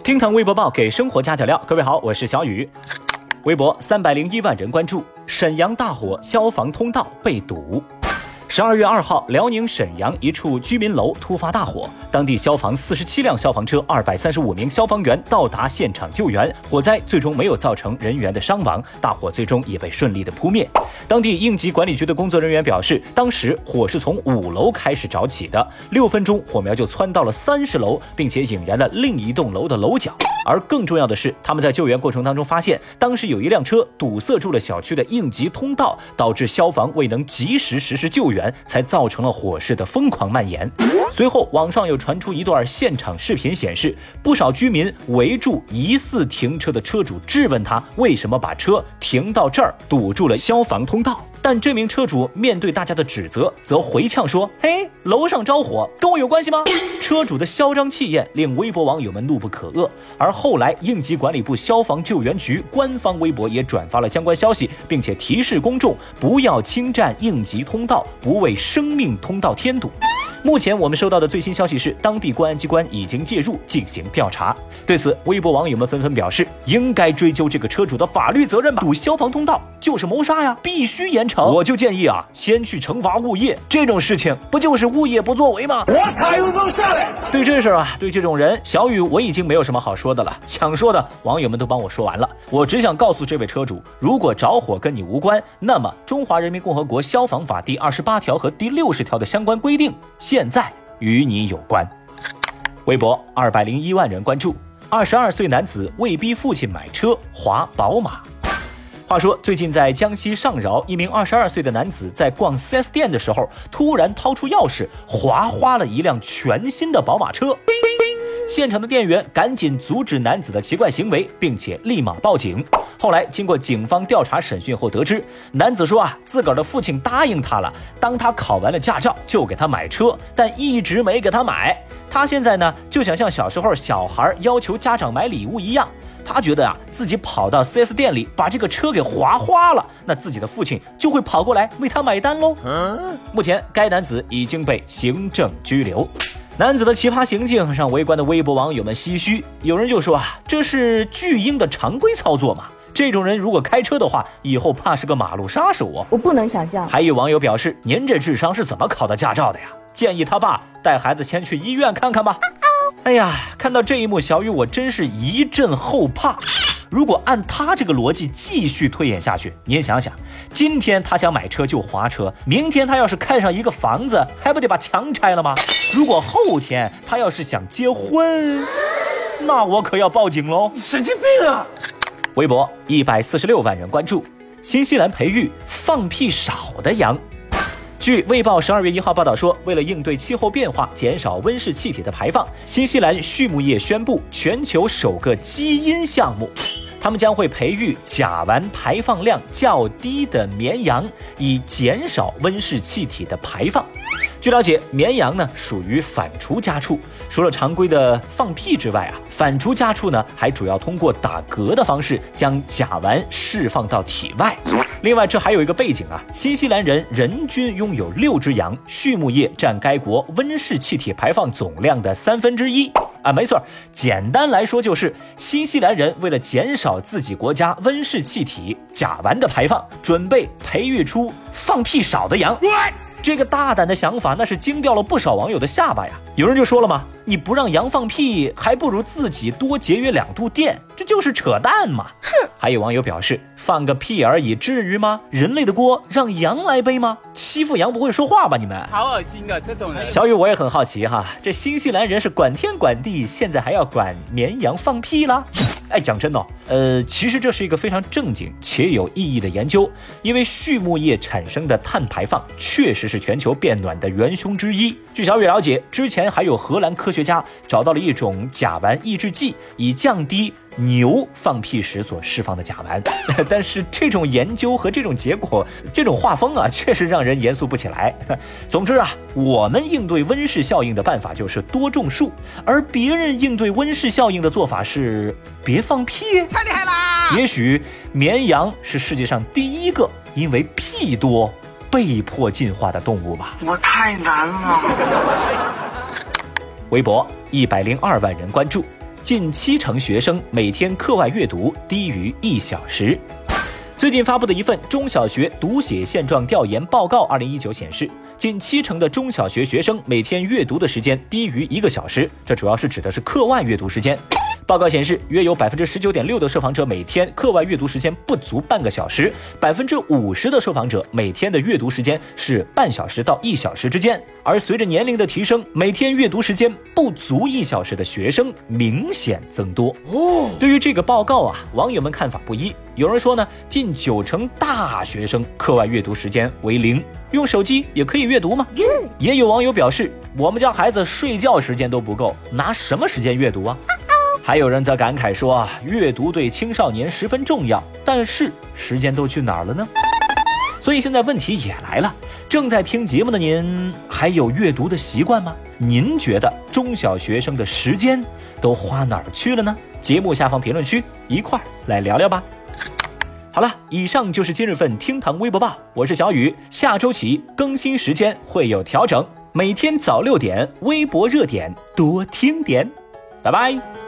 听堂微博报给生活加点料，各位好，我是小雨。微博301万人关注，沈阳大火，消防通道被堵。12月2号，辽宁沈阳一处居民楼突发大火，当地消防47辆消防车、235名消防员到达现场救援，火灾最终没有造成人员的伤亡，大火最终也被顺利的扑灭。当地应急管理局的工作人员表示，当时火是从5楼开始着起的，6分钟火苗就窜到了30楼，并且引燃了另一栋楼的楼角。而更重要的是，他们在救援过程当中发现，当时有一辆车堵塞住了小区的应急通道，导致消防未能及时实施救援，才造成了火势的疯狂蔓延。随后网上又传出一段现场视频，显示不少居民围住疑似停车的车主，质问他为什么把车停到这儿，堵住了消防通道。但这名车主面对大家的指责，则回呛说：嘿，楼上着火跟我有关系吗？车主的嚣张气焰令微博网友们怒不可遏。而后来应急管理部消防救援局官方微博也转发了相关消息，并且提示公众不要侵占应急通道，不为生命通道添堵。目前我们收到的最新消息是，当地公安机关已经介入进行调查。对此，微博网友们纷纷表示，应该追究这个车主的法律责任吧，堵消防通道就是谋杀呀，必须严惩。我就建议啊，先去惩罚物业，这种事情不就是物业不作为吗？我才有能下来。对这事啊，对这种人，小雨我已经没有什么好说的了，想说的网友们都帮我说完了。我只想告诉这位车主，如果着火跟你无关，那么中华人民共和国消防法第28条和第60条的相关规定现在与你有关。微博201万人关注，22岁男子为逼父亲买车划宝马。话说，最近在江西上饶，一名22岁的男子在逛 4S 店的时候，突然掏出钥匙划花了一辆全新的宝马车。现场的店员赶紧阻止男子的奇怪行为，并且立马报警。后来经过警方调查审讯后得知，男子说自个儿的父亲答应他了，当他考完了驾照就给他买车，但一直没给他买。他现在呢就想像小时候小孩要求家长买礼物一样，他觉得自己跑到 4S 店里把这个车给划花了，那自己的父亲就会跑过来为他买单喽。目前该男子已经被行政拘留。男子的奇葩行径让围观的微博网友们唏嘘，有人就说这是巨婴的常规操作嘛，这种人如果开车的话，以后怕是个马路杀手哦。 我不能想象。 还有网友表示，您这智商是怎么考的驾照的呀？建议他爸带孩子先去医院看看吧。哎呀，看到这一幕，小雨我真是一阵后怕。如果按他这个逻辑继续推演下去，您想想，今天他想买车就划车，明天他要是看上一个房子，还不得把墙拆了吗？如果后天他要是想结婚，那我可要报警喽！ 神经病啊！ 微博146万人关注，新西兰培育放屁少的羊。据《卫报》12月1号报道说，为了应对气候变化，减少温室气体的排放，新西兰畜牧业宣布全球首个基因项目，他们将会培育甲烷排放量较低的绵羊，以减少温室气体的排放。据了解，绵羊呢属于反刍家畜，除了常规的放屁之外反刍家畜呢还主要通过打嗝的方式将甲烷释放到体外。另外，这还有一个背景新西兰人人均拥有6只羊，畜牧业占该国温室气体排放总量的1/3。没错，简单来说就是新西兰人为了减少自己国家温室气体甲烷的排放，准备培育出放屁少的羊。这个大胆的想法那是惊掉了不少网友的下巴呀。有人就说了嘛，你不让羊放屁，还不如自己多节约2度电，这就是扯淡嘛。还有网友表示，放个屁而已，至于吗？人类的锅让羊来背吗？欺负羊不会说话吧你们？ 好恶心的这种人。 小雨我也很好奇这新西兰人是管天管地，现在还要管绵羊放屁啦？讲真的其实这是一个非常正经且有意义的研究，因为畜牧业产生的碳排放确实是全球变暖的元凶之一。据小雨了解，之前还有荷兰科学家找到了一种甲烷抑制剂，以降低牛放屁时所释放的甲烷。但是这种研究和这种结果，这种画风确实让人严肃不起来。总之我们应对温室效应的办法就是多种树，而别人应对温室效应的做法是别放屁。 太厉害啦！ 也许绵羊是世界上第一个因为屁多被迫进化的动物吧。 我太难了。 微博102万人关注， 近70%学生每天课外阅读低于1小时。最近发布的一份中小学读写现状调研报告2019显示，近70%的中小学学生每天阅读的时间低于1个小时，这主要是指的是课外阅读时间。报告显示，约有 19.6% 的受访者每天课外阅读时间不足半个小时， 50% 的受访者每天的阅读时间是半小时到1小时之间。而随着年龄的提升，每天阅读时间不足1小时的学生明显增多。对于这个报告啊，网友们看法不一。有人说呢，近90%大学生课外阅读时间为0，用手机也可以阅读吗？也有网友表示，我们家孩子睡觉时间都不够，拿什么时间阅读啊？还有人则感慨说啊，阅读对青少年十分重要，但是时间都去哪儿了呢？所以现在问题也来了，正在听节目的您还有阅读的习惯吗？您觉得中小学生的时间都花哪儿去了呢？节目下方评论区一块儿来聊聊吧。好了，以上就是今日份厅堂微博报，我是小雨，下周起更新时间会有调整，每天早6点微博热点多听点，拜拜。